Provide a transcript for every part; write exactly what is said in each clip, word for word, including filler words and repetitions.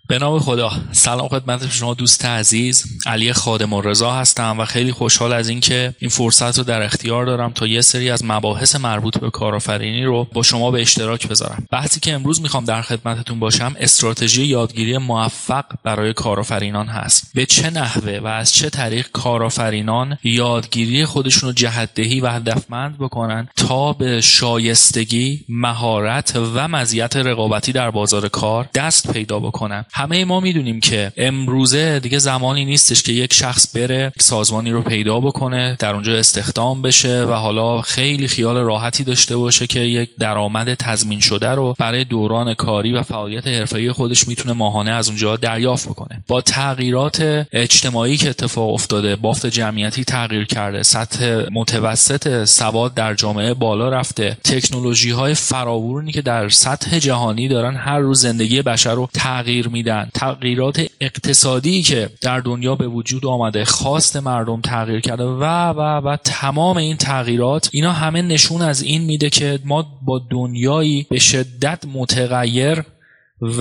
به نام خدا. سلام خدمت شما دوست عزیز، علی خادم الرضا هستم و خیلی خوشحال از این که این فرصت رو در اختیار دارم تا یه سری از مباحث مربوط به کارآفرینی رو با شما به اشتراک بذارم. بحثی که امروز میخوام در خدمتتون باشم استراتژی یادگیری موفق برای کارآفرینان هست. به چه نحوه و از چه طریق کارآفرینان یادگیری خودشون رو جهت‌دهی و هدفمند بکنن تا به شایستگی، مهارت و مزیت رقابتی در بازار کار دست پیدا بکنن. همه ما میدونیم که امروزه دیگه زمانی نیستش که یک شخص بره سازمانی رو پیدا بکنه، در اونجا استخدام بشه و حالا خیلی خیال راحتی داشته باشه که یک درآمد تضمین شده رو برای دوران کاری و فعالیت حرفه‌ای خودش میتونه ماهانه از اونجا دریافت بکنه. با تغییرات اجتماعی که اتفاق افتاده، بافت جمعیتی تغییر کرده، سطح متوسط سواد در جامعه بالا رفته، تکنولوژی‌های فراوانی که در سطح جهانی دارن هر روز زندگی بشر رو تغییر میدن، تغییرات اقتصادی که در دنیا به وجود آمده، خواست مردم تغییر کرده و و و تمام این تغییرات، اینا همه نشون از این میده که ما با دنیایی به شدت متغیر و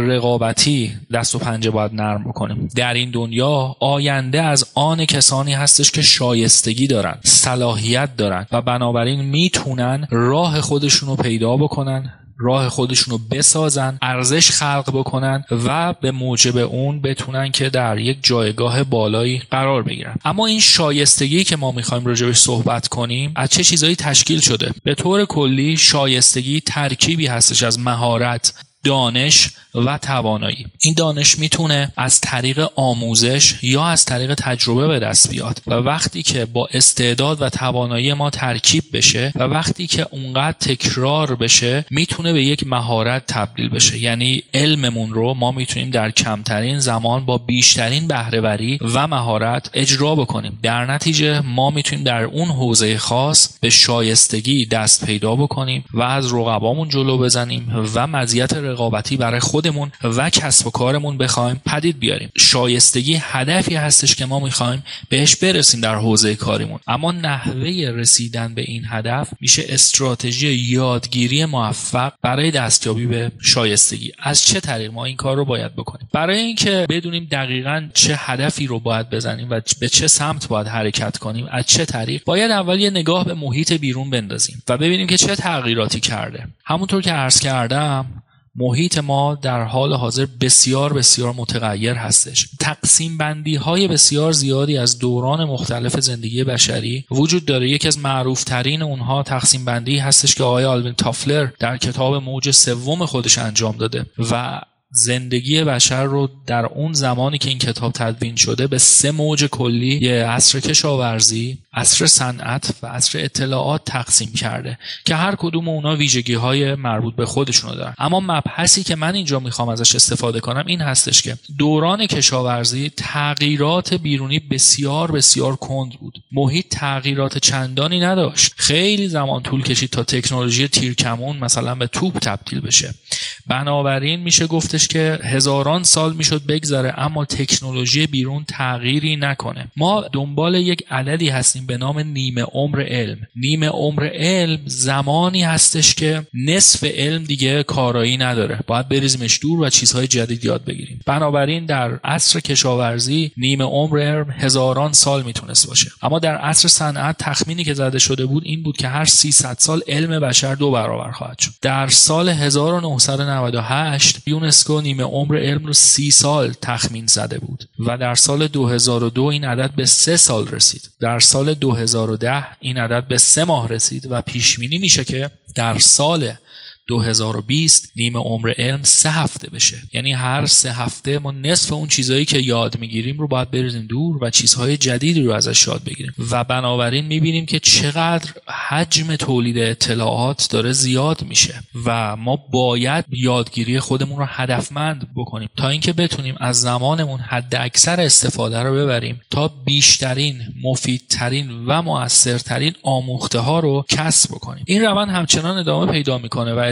رقابتی دست و پنجه باید نرم بکنیم. در این دنیا آینده از آن کسانی هستش که شایستگی دارن، صلاحیت دارن و بنابراین میتونن راه خودشون رو پیدا بکنن، راه خودشونو بسازن، ارزش خلق بکنن و به موجب اون بتونن که در یک جایگاه بالایی قرار بگیرن. اما این شایستگی که ما میخوایم راجعش صحبت کنیم از چه چیزایی تشکیل شده؟ به طور کلی شایستگی ترکیبی هستش از مهارت، دانش و توانایی. این دانش میتونه از طریق آموزش یا از طریق تجربه به دست بیاد و وقتی که با استعداد و توانایی ما ترکیب بشه و وقتی که اونقدر تکرار بشه میتونه به یک مهارت تبدیل بشه. یعنی علممون رو ما میتونیم در کمترین زمان با بیشترین بهره‌وری و مهارت اجرا بکنیم. در نتیجه ما میتونیم در اون حوزه خاص به شایستگی دست پیدا بکنیم و از رقبامون جلو بزنیم و مزیت رقابتی برای خودمون و کسب و کارمون بخوایم پدید بیاریم. شایستگی هدفی هستش که ما میخوایم بهش برسیم در حوزه کاریمون، اما نحوه رسیدن به این هدف میشه استراتژی یادگیری موفق برای دستیابی به شایستگی. از چه طریق ما این کار رو باید بکنیم؟ برای اینکه بدونیم دقیقاً چه هدفی رو باید بزنیم و به چه سمت باید حرکت کنیم، از چه طریق، باید اول یه نگاه به محیط بیرون بندازیم و ببینیم که چه تغییراتی کرده. همونطور که عرض کردم محیط ما در حال حاضر بسیار بسیار متغیر هستش. تقسیم بندی های بسیار زیادی از دوران مختلف زندگی بشری وجود داره. یکی از معروف ترین اونها تقسیم بندی هستش که آقای آلوین تافلر در کتاب موج سوم خودش انجام داده و زندگی بشر رو در اون زمانی که این کتاب تدوین شده به سه موج کلی، یه عصر کشاورزی، عصر صنعت و عصر اطلاعات تقسیم کرده که هر کدوم اونا ویژگی‌های مربوط به خودشونو دارن. اما مبحثی که من اینجا میخوام ازش استفاده کنم این هستش که دوران کشاورزی تغییرات بیرونی بسیار بسیار کند بود. محیط تغییرات چندانی نداشت. خیلی زمان طول کشید تا تکنولوژی تیرکمون مثلا به توپ تبدیل بشه. بنابراین میشه گفتش که هزاران سال میشد بگذره اما تکنولوژی بیرون تغییری نکنه. ما دنبال یک عددی هستیم به نام نیمه عمر علم. نیمه عمر علم زمانی هستش که نصف علم دیگه کارایی نداره، باید بریزیمش دور و چیزهای جدید یاد بگیریم. بنابراین در عصر کشاورزی نیمه عمر علم هزاران سال میتونست باشه، اما در عصر صنعت تخمینی که زده شده بود این بود که هر سیصد سال علم بشر دو برابر خواهد شد. در سال هزار و نهصد و نود و هشت یونسکو نیمه عمر علم رو سی سال تخمین زده بود و در سال دو هزار و دو این عدد به سه سال رسید. در سال دو هزار و ده این عدد به سه ماه رسید و پیش بینی میشه که در سال دو هزار و بیست نیمه عمر علم سه هفته بشه. یعنی هر سه هفته ما نصف اون چیزایی که یاد میگیریم رو باید بریزیم دور و چیزهای جدیدی رو ازش یاد بگیریم و بنابراین میبینیم که چقدر حجم تولید اطلاعات داره زیاد میشه و ما باید یادگیری خودمون رو هدفمند بکنیم تا اینکه بتونیم از زمانمون حد اکثر استفاده رو ببریم تا بیشترین، مفیدترین و مؤثرترین آموخته ها رو کسب بکنیم. این روند همچنان ادامه پیدا میکنه و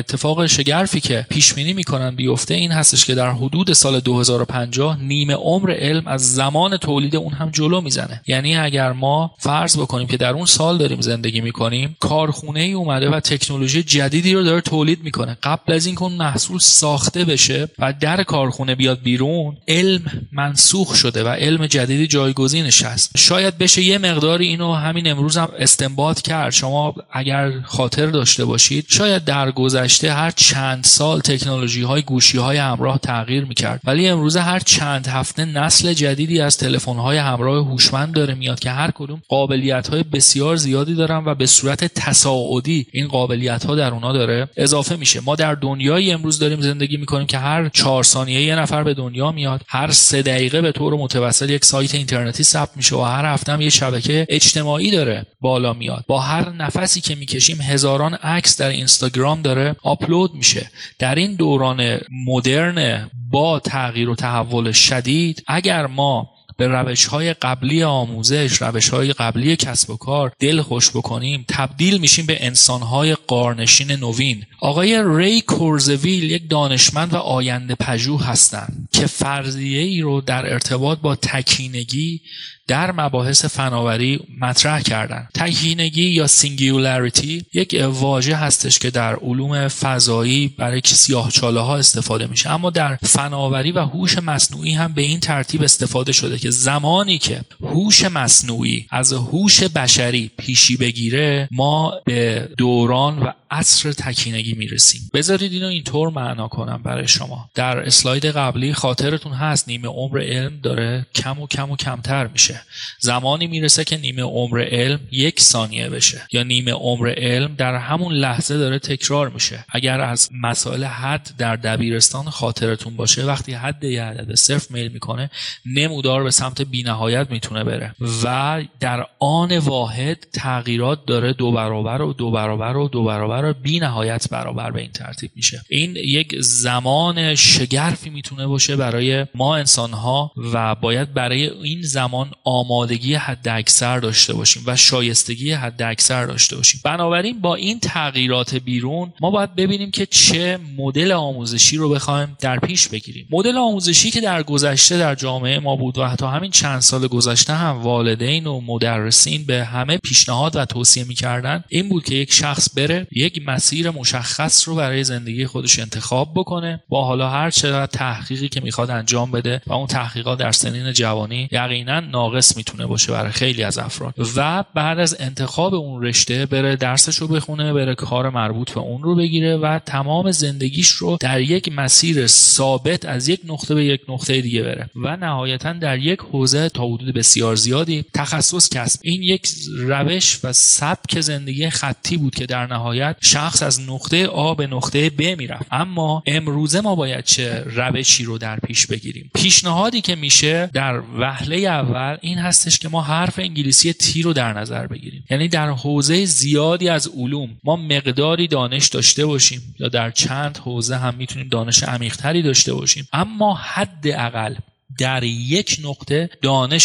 اتفاق شگرفی که پیش بینی میکنن بیفته این هستش که در حدود سال دو هزار و پنجاه نیمه عمر علم از زمان تولید اون هم جلو میزنه. یعنی اگر ما فرض بکنیم که در اون سال داریم زندگی میکنیم، کارخونه ای اومده و تکنولوژی جدیدی رو داره تولید میکنه، قبل از اینکه اون محصول ساخته بشه و در کارخونه بیاد بیرون، علم منسوخ شده و علم جدیدی جایگزینش هست. شاید بشه یه مقداری اینو همین امروز هم استنباط کرد. شما اگر خاطر داشته باشید شاید در گذشته هر چند سال تکنولوژی های گوشی های همراه تغییر میکرد، ولی امروز هر چند هفته نسل جدیدی از تلفن های همراه هوشمند داره میاد که هر کدوم قابلیت های بسیار زیادی دارن و به صورت تصاعدی این قابلیت ها در اونها داره اضافه میشه. ما در دنیای امروز داریم زندگی میکنیم که هر چهار ثانیه یه نفر به دنیا میاد، هر سه دقیقه به طور متوسط یک سایت اینترنتی ثبت میشه و هر هفته هم یه شبکه اجتماعی داره بالا میاد. با هر نفسی که میکشیم هزاران عکس در اینستاگرام داره آپلود میشه. در این دوران مدرن با تغییر و تحول شدید، اگر ما به روش‌های قبلی آموزش، روش‌های قبلی کسب و کار دل خوش بکنیم، تبدیل میشیم به انسان‌های غارنشین نوین. آقای ری کورزویل یک دانشمند و آینده پژوه هستند که فرضیه‌ای رو در ارتباط با تکینگی در مباحث فناوری مطرح کردن. تکینگی یا سینگیولاریتی یک واژه هستش که در علوم فضایی برای سیاه‌چاله ها استفاده میشه، اما در فناوری و هوش مصنوعی هم به این ترتیب استفاده شده که زمانی که هوش مصنوعی از هوش بشری پیشی بگیره، ما به دوران و عصر تکینگی میرسیم. بذارید اینو اینطور معنا کنم برای شما. در اسلاید قبلی خاطرتون هست نیمه عمر علم داره کم و کم و کمتر میشه. زمانی میرسه که نیمه عمر علم یک ثانیه بشه، یا نیمه عمر علم در همون لحظه داره تکرار میشه. اگر از مسائل حد در دبیرستان خاطرتون باشه، وقتی حد یه عدد صفر میل میکنه، نمودار به سمت بی‌نهایت میتونه بره و در آن واحد تغییرات داره دو برابر و دو برابر و دو برابر و بی نهایت برابر به این ترتیب میشه. این یک زمان شگرفی میتونه باشه برای ما انسان‌ها و باید برای این زمان آمادگی حد اکثر داشته باشیم و شایستگی حد اکثر داشته باشیم. بنابراین با این تغییرات بیرون ما باید ببینیم که چه مدل آموزشی رو بخوایم در پیش بگیریم. مدل آموزشی که در گذشته در جامعه ما بود و حتی همین چند سال گذشته هم والدین و مدرسین به همه پیشنهاد و توصیه می‌کردن، این بود که یک شخص بره یک مسیر مشخص رو برای زندگی خودش انتخاب بکنه، با حالا هر چقدر تحقیقی که میخواد انجام بده و اون تحقیقات در سنین جوانی یقینا ناقص میتونه باشه برای خیلی از افراد، و بعد از انتخاب اون رشته بره درسش رو بخونه، بره کار مربوط به اون رو بگیره و تمام زندگیش رو در یک مسیر ثابت از یک نقطه به یک نقطه دیگه بره و نهایتا در یک حوزه تا حدود بسیار زیادی تخصص کسب. این یک روش و سبک زندگی خطی بود که در نهایت شخص از نقطه آ به نقطه ب میرفت. اما امروزه ما باید چه روشی رو در پیش بگیریم؟ پیشنهادی که میشه در وهله اول این هستش که ما حرف انگلیسی تی رو در نظر بگیریم. یعنی در حوزه زیادی از علوم ما مقداری دانش داشته باشیم، یا در چند حوزه هم میتونیم دانش عمیق‌تری داشته باشیم، اما حداقل در یک نقطه دانش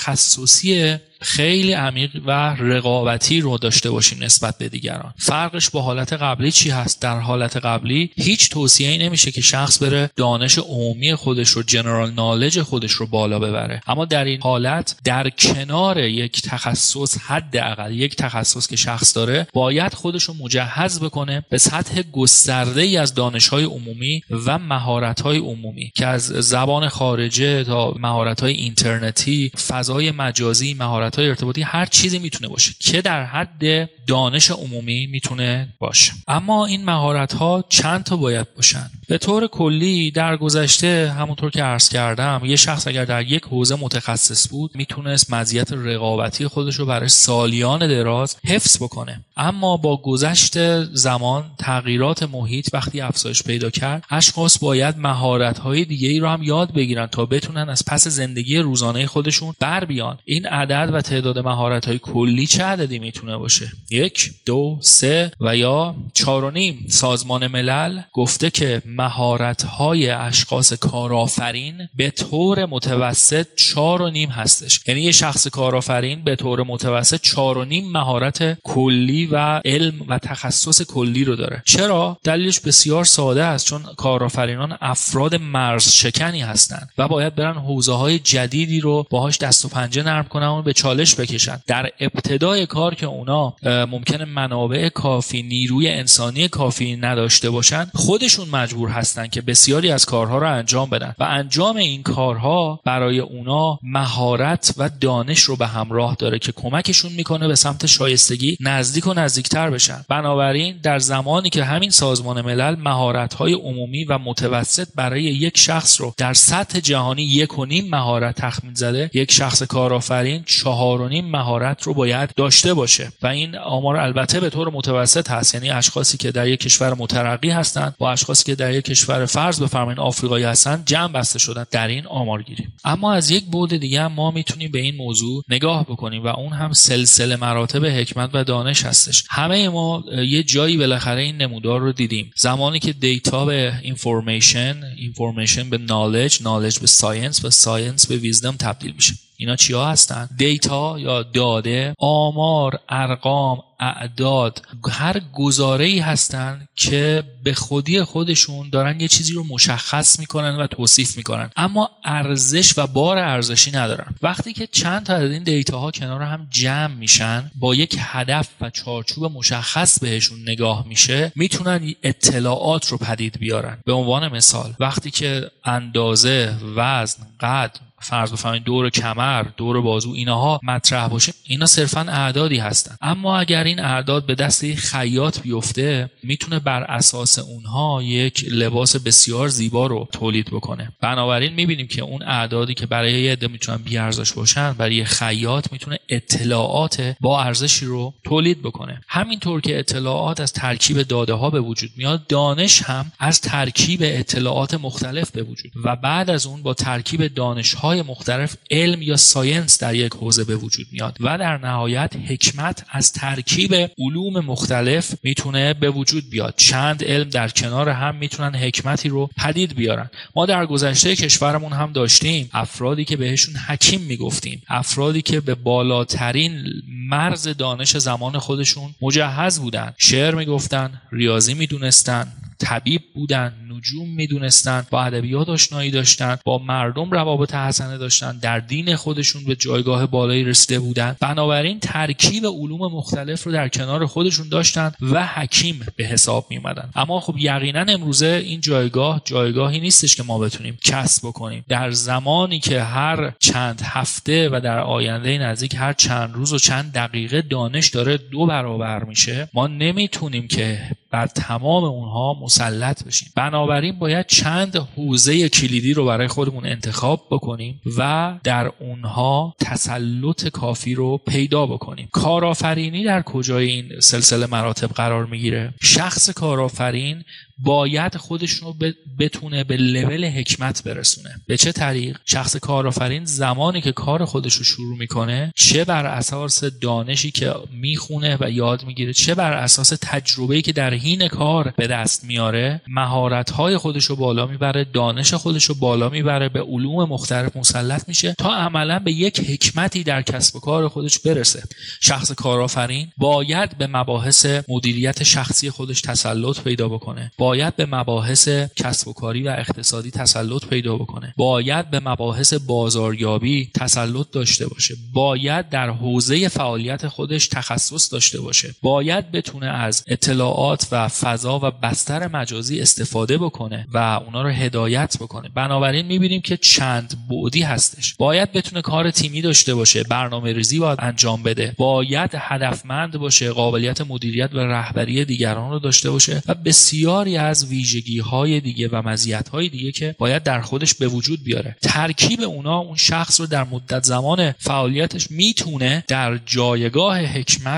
تخصصی خیلی عمیق و رقابتی رو داشته باشیم نسبت به دیگران. فرقش با حالت قبلی چی هست؟ در حالت قبلی هیچ توصیه‌ای نمیشه که شخص بره دانش عمومی خودش رو، جنرال نالج خودش رو بالا ببره، اما در این حالت در کنار یک تخصص، حداقل یک تخصص که شخص داره، باید خودش رو مجهز بکنه به سطح گسترده‌ای از دانش‌های عمومی و مهارت‌های عمومی که از زبان خارجه تا مهارت‌های اینترنتی، فضای مجازی، مهارت های ارتباطی، هر چیزی میتونه باشه که در حد دانش عمومی میتونه باشه. اما این مهارت ها چند تا باید باشن؟ به طور کلی در گذشته همونطور که عرض کردم، یه شخص اگر در یک حوزه متخصص بود میتونست مزیت رقابتی خودش رو برای سالیان دراز حفظ بکنه. اما با گذشت زمان، تغییرات محیط وقتی افزایش پیدا کرد، اشخاص باید مهارت های دیگه ای رو هم یاد بگیرن تا بتونن از پس زندگی روزانه خودشون بر بیان. این عدد و تعداد مهارت های کلی چه عددی میتونه باشه؟ یک، دو، سه و یا چهار و نیم. سازمان ملل گفته که مهارت‌های اشخاص کارآفرین به طور متوسط چهار و نیم هستش. یعنی یه شخص کارآفرین به طور متوسط چهار و نیم مهارت کلی و علم و تخصص کلی رو داره. چرا؟ دلیلش بسیار ساده است، چون کارآفرینان افراد مرز شکنی هستند و باید برن حوزه‌های جدیدی رو باهاش دست و پنجه نرم کنن و به چالش بکشن. در ابتدای کار که اونا ممکنه منابع کافی، نیروی انسانی کافی نداشته باشن، خودشون مجبور هستن که بسیاری از کارها رو انجام بدن و انجام این کارها برای اونا مهارت و دانش رو به همراه داره که کمکشون میکنه به سمت شایستگی نزدیک و نزدیکتر بشن. بنابراین در زمانی که همین سازمان ملل مهارت‌های عمومی و متوسط برای یک شخص رو در سطح جهانی یک و نیم مهارت تخمین زده، یک شخص کارآفرین چهار و نیم مهارت رو باید داشته باشه و این آمار البته به طور متوسط هست. یعنی اشخاصی که در یک کشور مترقی هستند با اشخاصی که در یک کشور فرض بفرمایید آفریقایی هستند جمع بسته شدن در این آمارگیری. اما از یک بعد دیگه هم ما میتونیم به این موضوع نگاه بکنیم و اون هم سلسله مراتب حکمت و دانش هستش. همه ما یه جایی بالاخره این نمودار رو دیدیم. زمانی که دیتا به اینفورمیشن، اینفورمیشن به نالج، نالج به ساینس و ساینس به ویزدم تبدیل میشه. اینا چیا هستن؟ دیتا یا داده، آمار، ارقام، اعداد، هر گزاره‌ای هستن که به خودی خودشون دارن یه چیزی رو مشخص میکنن و توصیف میکنن، اما ارزش و بار ارزشی ندارن. وقتی که چند تا از این دیتاها کنار هم جمع میشن، با یک هدف و چارچوب مشخص بهشون نگاه میشه، میتونن اطلاعات رو پدید بیارن. به عنوان مثال وقتی که اندازه، وزن، قد، فرض بفرمایید دور کمر، دور بازو، اینها مطرح باشه، اینا صرفاً اعدادی هستن. اما اگر این اعداد به دست یک خیاط بیفته، میتونه بر اساس اونها یک لباس بسیار زیبا رو تولید بکنه. بنابراین میبینیم که اون اعدادی که برای یه عده میتونن بی ارزش باشن، برای یه خیاط میتونه اطلاعات با ارزشی رو تولید بکنه. همینطور که اطلاعات از ترکیب داده ها به وجود میاد، دانش هم از ترکیب اطلاعات مختلف به وجود و بعد از اون با ترکیب دانش ها مختلف علم یا ساینس در یک حوزه به وجود میاد و در نهایت حکمت از ترکیب علوم مختلف میتونه به وجود بیاد. چند علم در کنار هم میتونن حکمتی رو پدید بیارن. ما در گذشته کشورمون هم داشتیم افرادی که بهشون حکیم میگفتیم، افرادی که به بالاترین مرز دانش زمان خودشون مجهز بودن، شعر میگفتن، ریاضی میدونستن، طبیب بودن، نجوم میدونستن، با ادبیات آشنایی داشتن، با مردم روابط حسنه داشتن، در دین خودشون به جایگاه بالایی رسیده بودن. بنابراین ترکیب علوم مختلف رو در کنار خودشون داشتن و حکیم به حساب می اومدن. اما خب یقینا امروزه این جایگاه جایگاهی نیستش که ما بتونیم کسب بکنیم. در زمانی که هر چند هفته و در آینده نزدیک هر چند روز و چند دقیقه دانش داره دو برابر میشه، ما نمیتونیم که بر تمام اونها مسلط بشیم. بنابراین باید چند حوزه کلیدی رو برای خودمون انتخاب بکنیم و در اونها تسلط کافی رو پیدا بکنیم. کارآفرینی در کجای این سلسله مراتب قرار میگیره؟ شخص کارآفرین باید خودش رو بتونه به لول حکمت برسونه. به چه طریق؟ شخص کارآفرین زمانی که کار خودش رو شروع میکنه، چه بر اساس دانشی که میخونه و یاد میگیره، چه بر اساس تجربه‌ای که در حین کار به دست میاره، مهارت‌های خودش رو بالا میبره، دانش خودش رو بالا میبره، به علوم مختلف مسلط میشه تا عملاً به یک حکمتی در کسب و کار خودش برسه. شخص کارآفرین باید به مباحث مدیریت شخصی خودش تسلط پیدا بکنه، باید به مباحث کسب و کاری و اقتصادی تسلط پیدا بکنه، باید به مباحث بازاریابی تسلط داشته باشه، باید در حوزه فعالیت خودش تخصص داشته باشه، باید بتونه از اطلاعات و فضا و بستر مجازی استفاده بکنه و اونا رو هدایت بکنه. بنابراین میبینیم که چند بعدی هستش. باید بتونه کار تیمی داشته باشه، برنامه‌ریزی باید انجام بده، باید هدفمند باشه، قابلیت مدیریت و رهبری دیگران رو داشته باشه و بسیاری از ویژگی‌های دیگه و مزیت‌های دیگه که باید در خودش به وجود بیاره. ترکیب اونا اون شخص رو در مدت زمان فعالیتش میتونه در جایگاه حکمت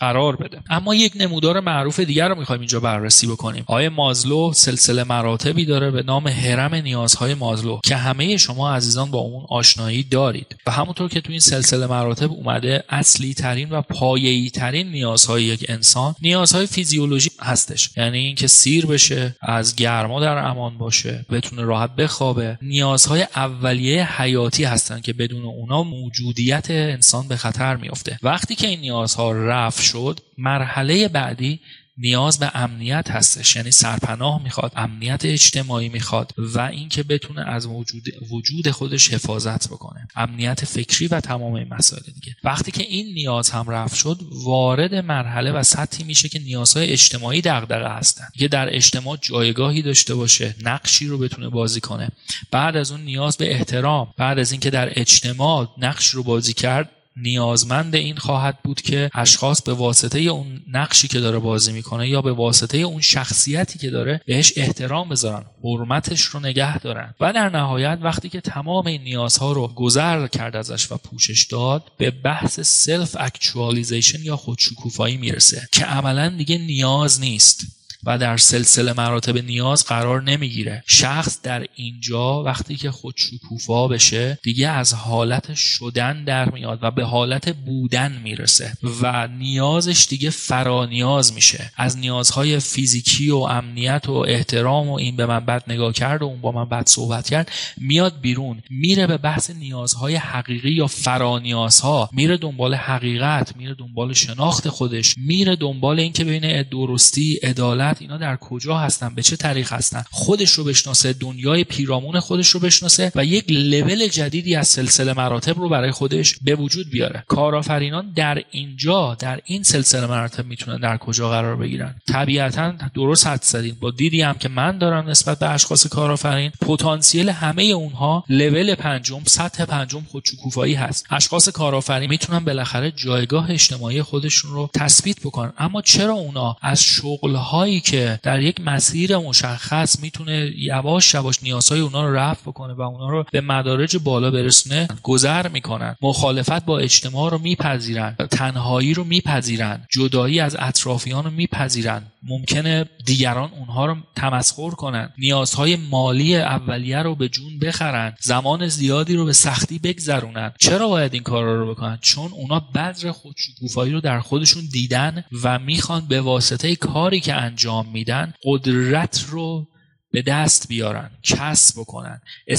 قرار بده. اما یک نمودار معروف دیگر رو میخوایم اینجا بررسی بکنیم. آقای مازلو سلسله مراتبی داره به نام هرم نیازهای مازلو که همه شما عزیزان با اون آشنایی دارید و همونطور که تو این سلسله مراتب اومده اصلی ترین و پایه‌ای ترین نیازهای یک انسان نیازهای فیزیولوژی هستش، یعنی اینکه سیر بشه، از گرما در امان باشه، بتونه راحت بخوابه. نیازهای اولیه حیاتی هستن که بدون اونا موجودیت انسان به خطر میفته. وقتی که این نیازها رفع شد، مرحله بعدی نیاز به امنیت هستش، یعنی سرپناه میخواد، امنیت اجتماعی میخواد و اینکه بتونه از وجود وجود خودش حفاظت بکنه، امنیت فکری و تمام این مسائل دیگه. وقتی که این نیاز هم رفع شد، وارد مرحله و سطحی میشه که نیازهای اجتماعی دغدغه هستن، که در اجتماع جایگاهی داشته باشه، نقشی رو بتونه بازی کنه. بعد از اون نیاز به احترام، بعد از اینکه در اجتماع نقش رو بازی کرد، نیازمند این خواهد بود که اشخاص به واسطه اون نقشی که داره بازی میکنه یا به واسطه اون شخصیتی که داره بهش احترام بذارن، حرمتش رو نگه دارن و در نهایت وقتی که تمام این نیازها رو گذر کرد ازش و پوشش داد، به بحث سلف اکچوالیزیشن یا خودشکوفایی میرسه که عملا دیگه نیاز نیست و در سلسله مراتب نیاز قرار نمیگیره. شخص در اینجا وقتی که خودشکوفا بشه دیگه از حالت شدن در میاد و به حالت بودن میرسه و نیازش دیگه فرانیاز میشه. از نیازهای فیزیکی و امنیت و احترام و این به من بد نگاه کرد و اون با من بد صحبت کرد میاد بیرون، میره به بحث نیازهای حقیقی یا فرانیازها، میره دنبال حقیقت، میره دنبال شناخت خودش، میره دنبال این که ببینه درستی، عدالت اینا در کجا هستن، به چه طریق هستن، خودش رو بشناسه، دنیای پیرامون خودش رو بشناسه و یک لول جدیدی از سلسله مراتب رو برای خودش به وجود بیاره. کارآفرینان در اینجا در این سلسله مراتب میتونن در کجا قرار بگیرن؟ طبیعتاً درست حد زدین، با دیدی هم که من دارم نسبت به اشخاص کارآفرین، پتانسیل همه اونها لول پنجم، سطح پنجم خودشکوفایی هست. اشخاص کارآفرین میتونن بالاخره جایگاه اجتماعی خودشون رو تثبیت بکنن، اما چرا اونا از شغل‌هایی که در یک مسیر مشخص میتونه یواش یواش نیازهای اونا رو رفع بکنه و اونا رو به مدارج بالا برسونه گذر میکنن، مخالفت با اجتماع رو میپذیرن، تنهایی رو میپذیرن، جدایی از اطرافیان رو میپذیرن، ممکنه دیگران اونها رو تمسخر کنن، نیازهای مالی اولیه رو به جون بخرن، زمان زیادی رو به سختی بگذرونن. چرا باید این کارا رو بکنن؟ چون اونا بذر خودشکوفایی رو در خودشون دیدن و میخوان به واسطه کاری که انجام میدن قدرت رو به دست بیارن، کسب بکنن،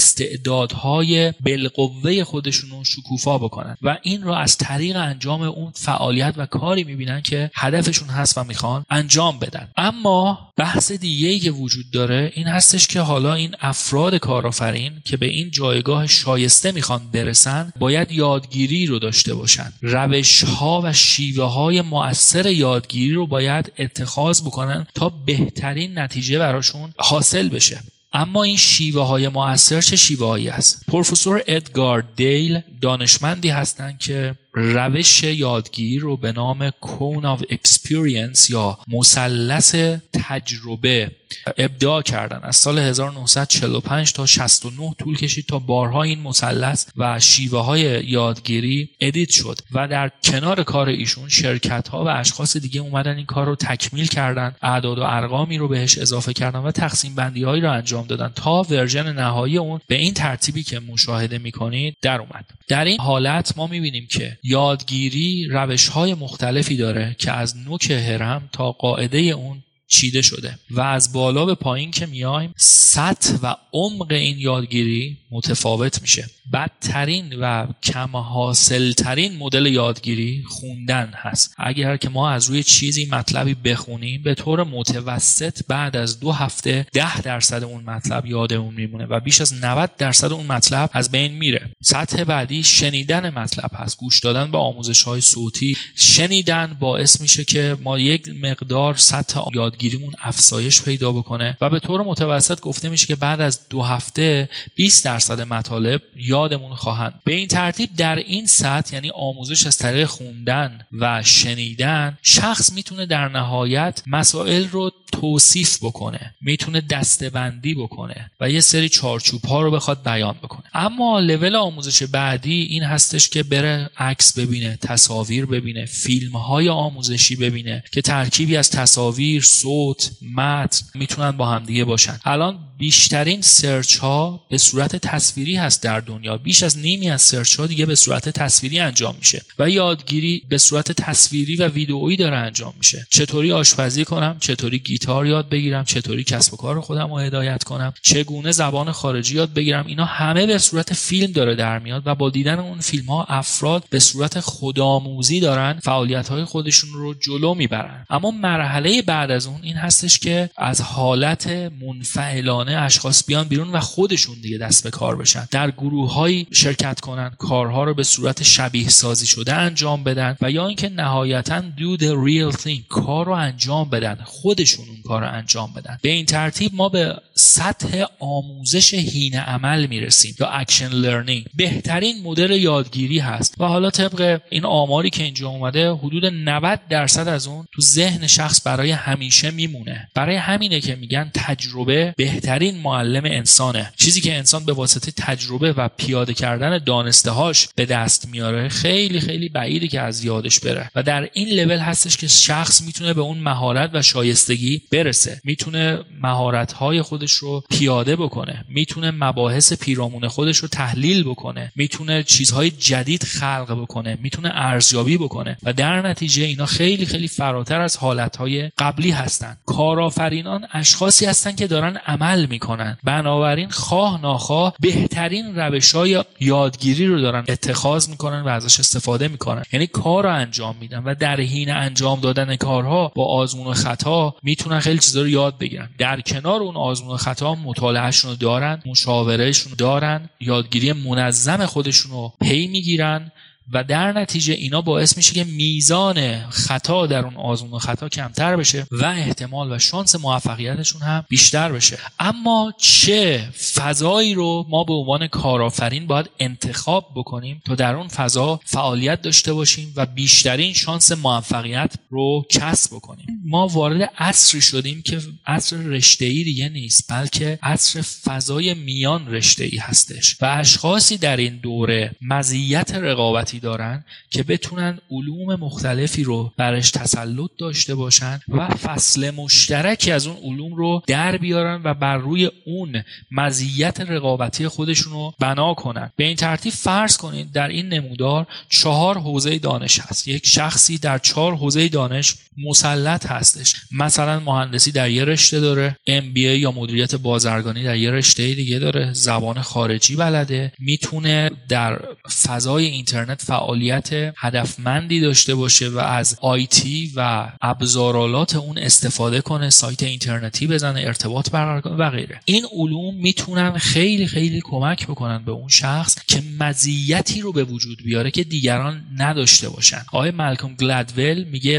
استعدادهای بالقوه خودشون رو شکوفا بکنن و این رو از طریق انجام اون فعالیت و کاری میبینن که هدفشون هست و میخوان انجام بدن. اما بحث دیگه‌ای که وجود داره این هستش که حالا این افراد کارآفرین که به این جایگاه شایسته میخوان برسن باید یادگیری رو داشته باشن، روش‌ها و شیوه‌های مؤثر یادگیری رو باید اتخاذ بکنن تا بهترین نتیجه براشون حاصل بشه. اما این شیوه های مؤثر چه شیوه هایی است؟ پروفسور ادگار دیل دانشمندی هستند که روش یادگیری رو به نام کون آف اکسپریانس یا مثلث تجربه ابداع کردن. از سال هزار و نهصد و چهل و پنج تا شصت و نه طول کشید تا بارها این مثلث و شیوه های یادگیری ادیت شد و در کنار کار ایشون شرکت ها و اشخاص دیگه اومدن این کار رو تکمیل کردن، اعداد و ارقامی رو بهش اضافه کردن و تقسیم بندی هایی رو انجام دادن تا ورژن نهایی اون به این ترتیبی که مشاهده میکنید در اومد. در این حالت ما میبینیم که یادگیری روش‌های مختلفی داره که از نوک هرم تا قاعده اون چیده شده و از بالا به پایین که میایم سطح و عمق این یادگیری متفاوت میشه. بدترین و کم حاصل ترین مدل یادگیری خوندن هست. اگر که ما از روی چیزی مطلبی بخونیم به طور متوسط بعد از دو هفته ده درصد اون مطلب یادمون میمونه و بیش از نود درصد اون مطلب از بین میره. سطح بعدی شنیدن مطلب هست، گوش دادن به آموزش‌های صوتی. شنیدن باعث میشه که ما یک مقدار سطح یادگیریمون افزایش پیدا بکنه و به طور متوسط گفته میشه که بعد از دو هفته بیست درصد مطالب یاد یادمون خواهند. به این ترتیب در این سطح، یعنی آموزش از طریق خوندن و شنیدن، شخص میتونه در نهایت مسائل رو توصیف بکنه، میتونه دسته‌بندی بکنه و یه سری چارچوب‌ها رو بخواد بیان بکنه. اما لول آموزش بعدی این هستش که بره عکس ببینه، تصاویر ببینه، فیلم‌های آموزشی ببینه که ترکیبی از تصاویر، صوت، متن میتونن با هم دیگه باشن. الان بیشترین سرچ ها به صورت تصویری هست در دنیا. بیش از نیمی از سرچ ها دیگه به صورت تصویری انجام میشه و یادگیری به صورت تصویری و ویدئویی داره انجام میشه. چطوری آشپزی کنم، چطوری گیتار یاد بگیرم، چطوری کسب و کار خودم رو هدایت کنم، چگونه زبان خارجی یاد بگیرم، اینا همه به صورت فیلم داره در میاد و با دیدن اون فیلم ها افراد به صورت خودآموزی دارن فعالیت های خودشون رو جلو میبرن. اما مرحله بعد از اون این هستش که از حالت منفعلانه اشخاص بیان بیرون و خودشون دیگه دست به کار بشن، در گروه‌های شرکت کنن، کارها رو به صورت شبیه سازی شده انجام بدن و یا اینکه نهایتاً do the real thing، کار رو انجام بدن، خودشون اون کار رو انجام بدن. به این ترتیب ما به سطح آموزش حین عمل میرسیم یا اکشن لرنینگ. بهترین مدل یادگیری هست و حالا طبق این آماری که اینجا اومده حدود نود درصد از اون تو ذهن شخص برای همیشه میمونه. برای همینه که میگن تجربه بهترین معلم انسانه. چیزی که انسان به واسطه تجربه و پیاده کردن دانسته‌هاش به دست میاره خیلی خیلی بعیده که از یادش بره و در این لول هستش که شخص میتونه به اون مهارت و شایستگی برسه، میتونه مهارت‌های خودش رو پیاده بکنه، میتونه مباحث پیرامون خودش رو تحلیل بکنه، میتونه چیزهای جدید خلق بکنه، میتونه ارزیابی بکنه و در نتیجه اینا خیلی خیلی فراتر از حالتهای قبلی هستن. کارآفرینان اشخاصی هستن که دارن عمل میکنن، بنابراین خواه ناخواه بهترین روش‌های یادگیری رو دارن اتخاذ میکنن و ازش استفاده میکنن، یعنی کار رو انجام میدن و در حین انجام دادن کارها با آزمون و خطا میتونن خیلی چیزا رو یاد بگیرن. در کنار اون آزمون و خطا مطالعهشون رو دارن، مشاورهشون رو دارن، یادگیری منظم خودشون رو پی میگیرن و در نتیجه اینا باعث میشه که میزان خطا در اون آزمون و خطا کمتر بشه و احتمال و شانس موفقیتشون هم بیشتر بشه. اما چه فضایی رو ما به عنوان کارآفرین باید انتخاب بکنیم تا در اون فضا فعالیت داشته باشیم و بیشترین شانس موفقیت رو کسب بکنیم؟ ما وارد عصری شدیم که عصر رشته‌ای دیگه نیست، بلکه عصر فضای میان رشته‌ای هستش و اشخاصی در این دوره مزیت رقابتی دارن که بتونن علوم مختلفی رو برش تسلط داشته باشن و فصل مشترکی از اون علوم رو در بیارن و بر روی اون مزیت رقابتی خودشون رو بنا کنن. به این ترتیب فرض کنید در این نمودار چهار حوزه دانش هست. یک شخصی در چهار حوزه دانش مسلط هستش. مثلا مهندسی در یه رشته داره، ام بی ای یا مدیریت بازرگانی در یه رشته دیگه داره، زبان خارجی بلده، میتونه در فضای اینترنت فعالیت هدفمندی داشته باشه و از آیتی و ابزارالات اون استفاده کنه، سایت اینترنتی بزنه، ارتباط برقرار کنه و غیره. این علوم میتونن خیلی خیلی کمک بکنن به اون شخص که مزیتی رو به وجود بیاره که دیگران نداشته باشن. آقای مالکوم گلدول میگه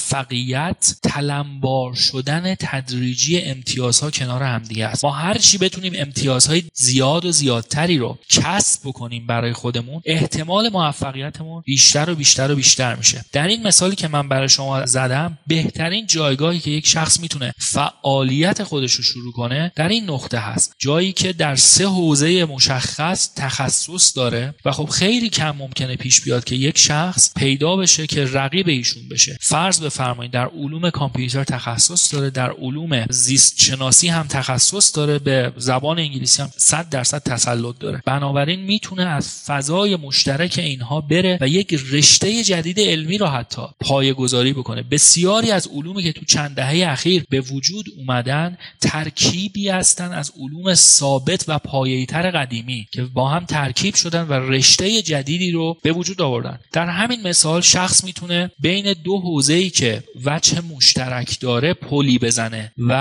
موفقیت تلمبار شدن تدریجی امتیازها کنار هم دیگه است. ما هر چی بتونیم امتیازهای زیاد و زیادتری رو کسب بکنیم برای خودمون، احتمال موفقیتمون بیشتر و بیشتر و بیشتر میشه. در این مثالی که من برای شما زدم، بهترین جایگاهی که یک شخص میتونه فعالیت خودش رو شروع کنه در این نقطه هست، جایی که در سه حوزه مشخص تخصص داره و خب خیلی کم ممکنه پیش بیاد که یک شخص پیدا بشه که رقیب ایشون بشه. فرض بفرمایید در علوم کامپیوتر تخصص داره، در علوم زیست شناسی هم تخصص داره، به زبان انگلیسی هم صد درصد تسلط داره. بنابراین میتونه از فضای مشترک اینها بره و یک رشته جدید علمی رو حتی پایه‌گذاری بکنه. بسیاری از علومی که تو چند دهه اخیر به وجود اومدن ترکیبی هستن از علوم ثابت و پایه‌ای‌تر قدیمی که با هم ترکیب شدن و رشته جدیدی رو به وجود آوردن. در همین مثال شخص میتونه بین دو حوزه‌ای که وجه مشترک داره پلی بزنه و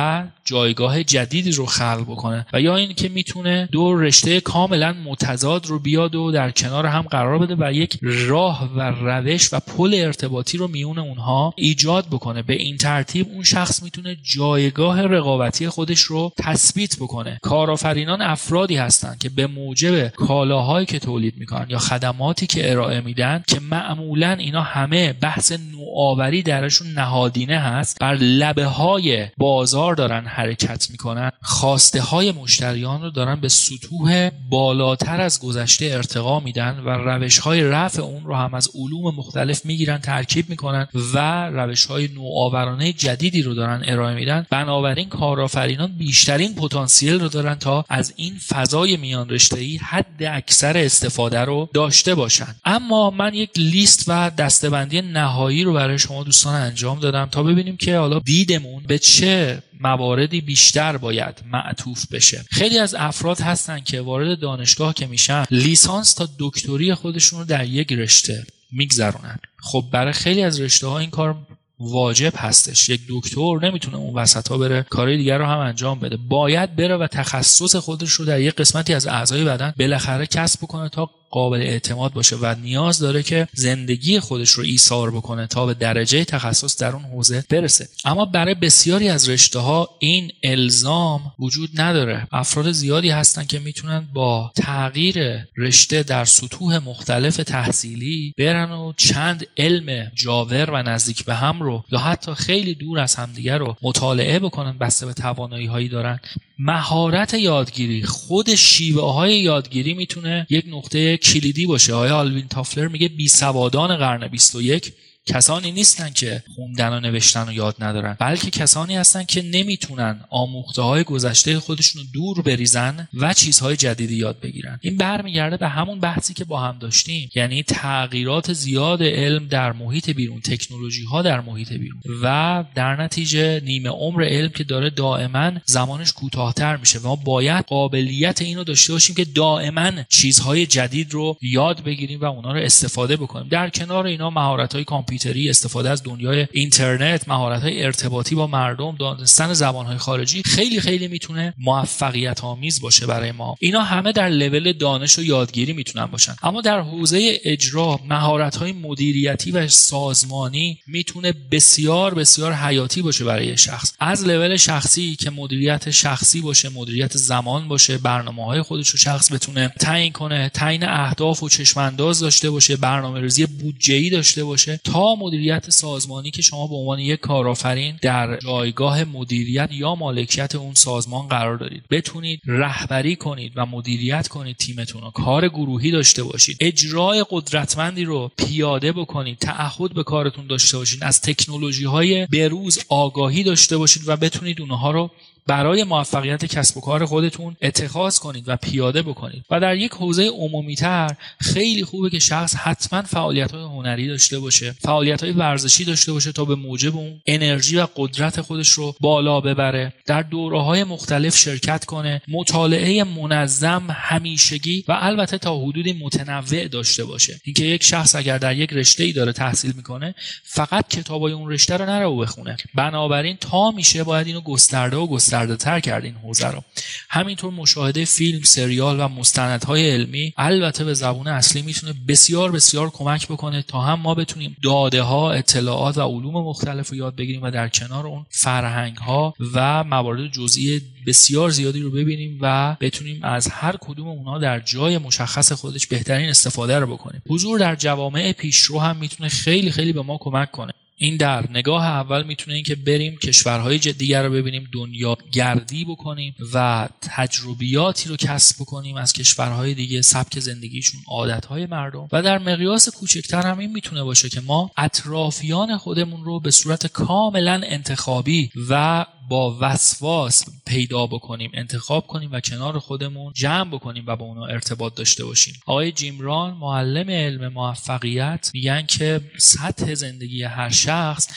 جایگاه جدیدی رو خلق بکنه و یا این که میتونه دو رشته کاملا متضاد رو بیاد و در کنار هم قرار بده و یک راه و روش و پل ارتباطی رو میون اونها ایجاد بکنه. به این ترتیب اون شخص میتونه جایگاه رقابتی خودش رو تثبیت بکنه. کارآفرینان افرادی هستند که به موجب کالاهایی که تولید میکنن یا خدماتی که ارائه میدن که معمولا اینا همه بحث نوآوری درشون نهادینه هست، بر لبه های بازار دارن حرکت میکنن، خواسته های مشتریان رو دارن به سطوح بالاتر از گذشته ارتقا میدن و روش های رفع اون رو هم از علوم مختلف میگیرن، ترکیب میکنن و روش های نوآورانه جدیدی رو دارن ارائه میدن. بنابراین کارآفرینان بیشترین پتانسیل رو دارن تا از این فضای میان رشته‌ای حد اکثر استفاده رو داشته باشن. اما من یک لیست و دسته‌بندی نهایی رو برای شما دوستان انجام دادم تا ببینیم که حالا دیدمون به چه مواردی بیشتر باید معطوف بشه. خیلی از افراد هستن که وارد دانشگاه که میشن لیسانس تا دکتری خودشون رو در یک رشته میگذرونن. خب برای خیلی از رشته ها این کار واجب هستش. یک دکتر نمیتونه اون وسطا بره کارهای دیگر رو هم انجام بده، باید بره و تخصص خودش رو در یک قسمتی از اعضای بدن بالاخره کسب بکنه تا قابل اعتماد باشه و نیاز داره که زندگی خودش رو ایثار بکنه تا به درجه تخصص در اون حوزه برسه. اما برای بسیاری از رشته ها این الزام وجود نداره. افراد زیادی هستن که میتونن با تغییر رشته در سطوح مختلف تحصیلی برن و چند علم جاور و نزدیک به هم رو یا حتی خیلی دور از همدیگر رو مطالعه بکنن بسته به توانایی هایی دارن. مهارت یادگیری، خود شیوه های یادگیری میتونه یک نقطه کلیدی باشه. آقای آلوین تافلر میگه بیسوادان قرن بیست و یک کسانی نیستن که خوندن و نوشتن و یاد ندارن، بلکه کسانی هستن که نمیتونن آموخته‌های گذشته خودشون رو دور بریزن و چیزهای جدیدی یاد بگیرن. این برمیگرده به همون بحثی که با هم داشتیم، یعنی تغییرات زیاد علم در محیط بیرون، تکنولوژی‌ها در محیط بیرون و در نتیجه نیمه عمر علم که داره دائما زمانش کوتاه‌تر میشه و ما باید قابلیت اینو داشته باشیم که دائما چیزهای جدید رو یاد بگیریم و اونا رو استفاده بکنیم. در کنار اینا مهارت‌های کامپیوتری، استفاده از دنیای اینترنت، مهارت‌های ارتباطی با مردم، دانستن زبان‌های خارجی خیلی خیلی میتونه موفقیت آمیز باشه برای ما. اینا همه در لول دانش و یادگیری میتونن باشن. اما در حوزه اجرا مهارت‌های مدیریتی و سازمانی میتونه بسیار بسیار حیاتی باشه برای شخص. از لول شخصی که مدیریت شخصی باشه، مدیریت زمان باشه، برنامه‌های خودش رو شخص بتونه تعیین کنه، تعیین اهداف و چشم‌انداز داشته باشه، برنامه‌ریزی بودجه‌ای داشته باشه، تا مدیریت سازمانی که شما به عنوان یک کارآفرین در جایگاه مدیریت یا مالکیت اون سازمان قرار دارید، بتونید رهبری کنید و مدیریت کنید تیمتون رو، کار گروهی داشته باشید، اجرای قدرتمندی رو پیاده بکنید، تعهد به کارتون داشته باشید، از تکنولوژی‌های بروز آگاهی داشته باشید و بتونید اونها رو برای موفقیت کسب و کار خودتون اتخاذ کنید و پیاده بکنید. و در یک حوزه عمومی‌تر خیلی خوبه که شخص حتما فعالیت‌های هنری داشته باشه، فعالیت‌های ورزشی داشته باشه تا به موجب اون انرژی و قدرت خودش رو بالا ببره، در دوره‌های مختلف شرکت کنه، مطالعه منظم، همیشگی و البته تا حدودی متنوع داشته باشه. اینکه یک شخص اگر در یک رشته‌ای داره تحصیل میکنه فقط کتابای اون رشته رو نره بخونه، بنابراین تا میشه باید اینو گسترده و گسترده تر کرد این حوزه رو. همینطور مشاهده فیلم، سریال و مستندهای علمی البته به زبان اصلی میتونه بسیار بسیار کمک بکنه تا هم ما بتونیم داده ها، اطلاعات و علوم مختلف رو یاد بگیریم و در کنار اون فرهنگ ها و موارد جزئی بسیار زیادی رو ببینیم و بتونیم از هر کدوم اونها در جای مشخص خودش بهترین استفاده رو بکنیم. حضور در جوامع پیشرو هم میتونه خیلی خیلی به ما کمک کنه. این در نگاه اول میتونه این که بریم کشورهای دیگر رو ببینیم، دنیا گردی بکنیم و تجربیاتی رو کسب بکنیم از کشورهای دیگه، سبک زندگیشون، عادتهای مردم. و در مقیاس کوچکتر هم این میتونه باشه که ما اطرافیان خودمون رو به صورت کاملا انتخابی و با وسواس پیدا بکنیم، انتخاب کنیم و کنار خودمون جمع بکنیم و با اونا ارتباط داشته باشیم. آقای جیم ران، معلم علم موفقیت، میگن که سطح زندگی هر شخص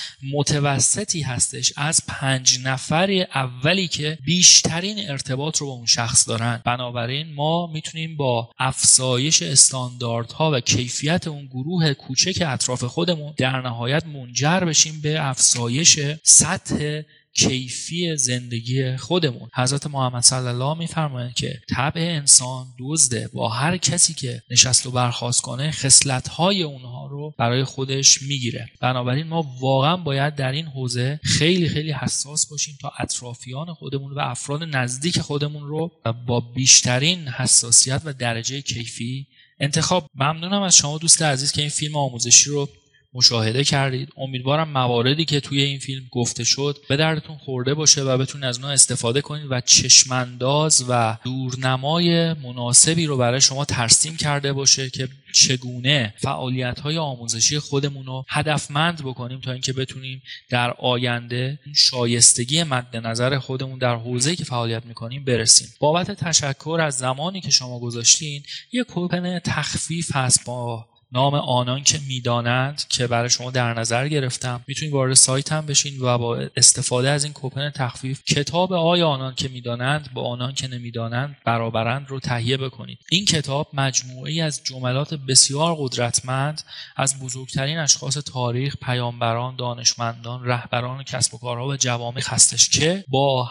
متوسطی هستش از پنج نفر اولی که بیشترین ارتباط رو با اون شخص دارن. بنابراین ما میتونیم با افزایش استانداردها و کیفیت اون گروه کوچک اطراف خودمون در نهایت منجر بشیم به افزایش سطح کیفی زندگی خودمون. حضرت محمد صلی الله میفرمایند که طبع انسان دزده، با هر کسی که نشست و برخاست کنه خصلت‌های اونها رو برای خودش میگیره. بنابراین ما واقعا باید در این حوزه خیلی خیلی حساس باشیم تا اطرافیان خودمون و افراد نزدیک خودمون رو با بیشترین حساسیت و درجه کیفی انتخاب. ممنونم از شما دوست عزیز که این فیلم آموزشی رو مشاهده کردید. امیدوارم مواردی که توی این فیلم گفته شد به دردتون خورده باشه و بتونید از اونها استفاده کنید و چشمانداز و دورنمای مناسبی رو برای شما ترسیم کرده باشه که چگونه فعالیت‌های آموزشی خودمون رو هدفمند بکنیم تا اینکه بتونیم در آینده شایستگی مد نظر خودمون در حوزه‌ای که فعالیت می‌کنیم برسیم. بابت تشکر از زمانی که شما گذاشتین، یک کوپن تخفیف هست با نام آنان که میدانند که برای شما در نظر گرفتم. میتونید وارد سایتم بشین و با استفاده از این کوپن تخفیف کتاب آیا آنان که میدانند با آنان که نمیدانند برابرند رو تهیه بکنید. این کتاب مجموعه‌ای از جملات بسیار قدرتمند از بزرگترین اشخاص تاریخ، پیامبران، دانشمندان، رهبران کسب و کارها و جوامع هستش که با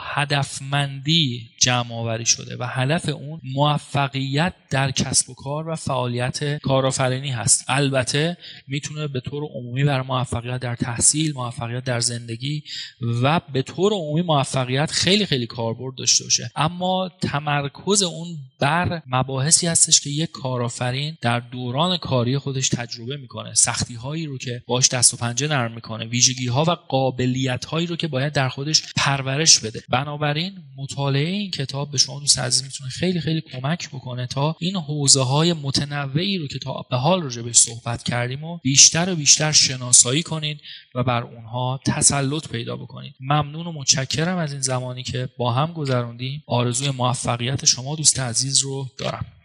هدفمندی جمع آوری شده و هدف اون موفقیت در کسب و کار و فعالیت کارآفرینی هست. البته میتونه به طور عمومی برای موفقیت در تحصیل، موفقیت در زندگی و به طور عمومی موفقیت خیلی خیلی کاربرد داشته باشه، اما تمرکز اون بر مباحثی هستش که یک کارآفرین در دوران کاری خودش تجربه میکنه، سختی هایی رو که باش دست و پنجه نرم میکنه، ویژگی ها و قابلیت هایی رو که باید در خودش پرورش بده. بنابراین مطالعه این کتاب به شما دوست عزیز میتونه خیلی خیلی کمک بکنه تا این حوزه های متنوعی رو که تا به حال راجع بهش صحبت کردیم و بیشتر و بیشتر شناسایی کنید و بر اونها تسلط پیدا بکنید. ممنون و متشکرم از این زمانی که با هم گذروندیم. آرزوی موفقیت شما دوست عزیز رو دارم.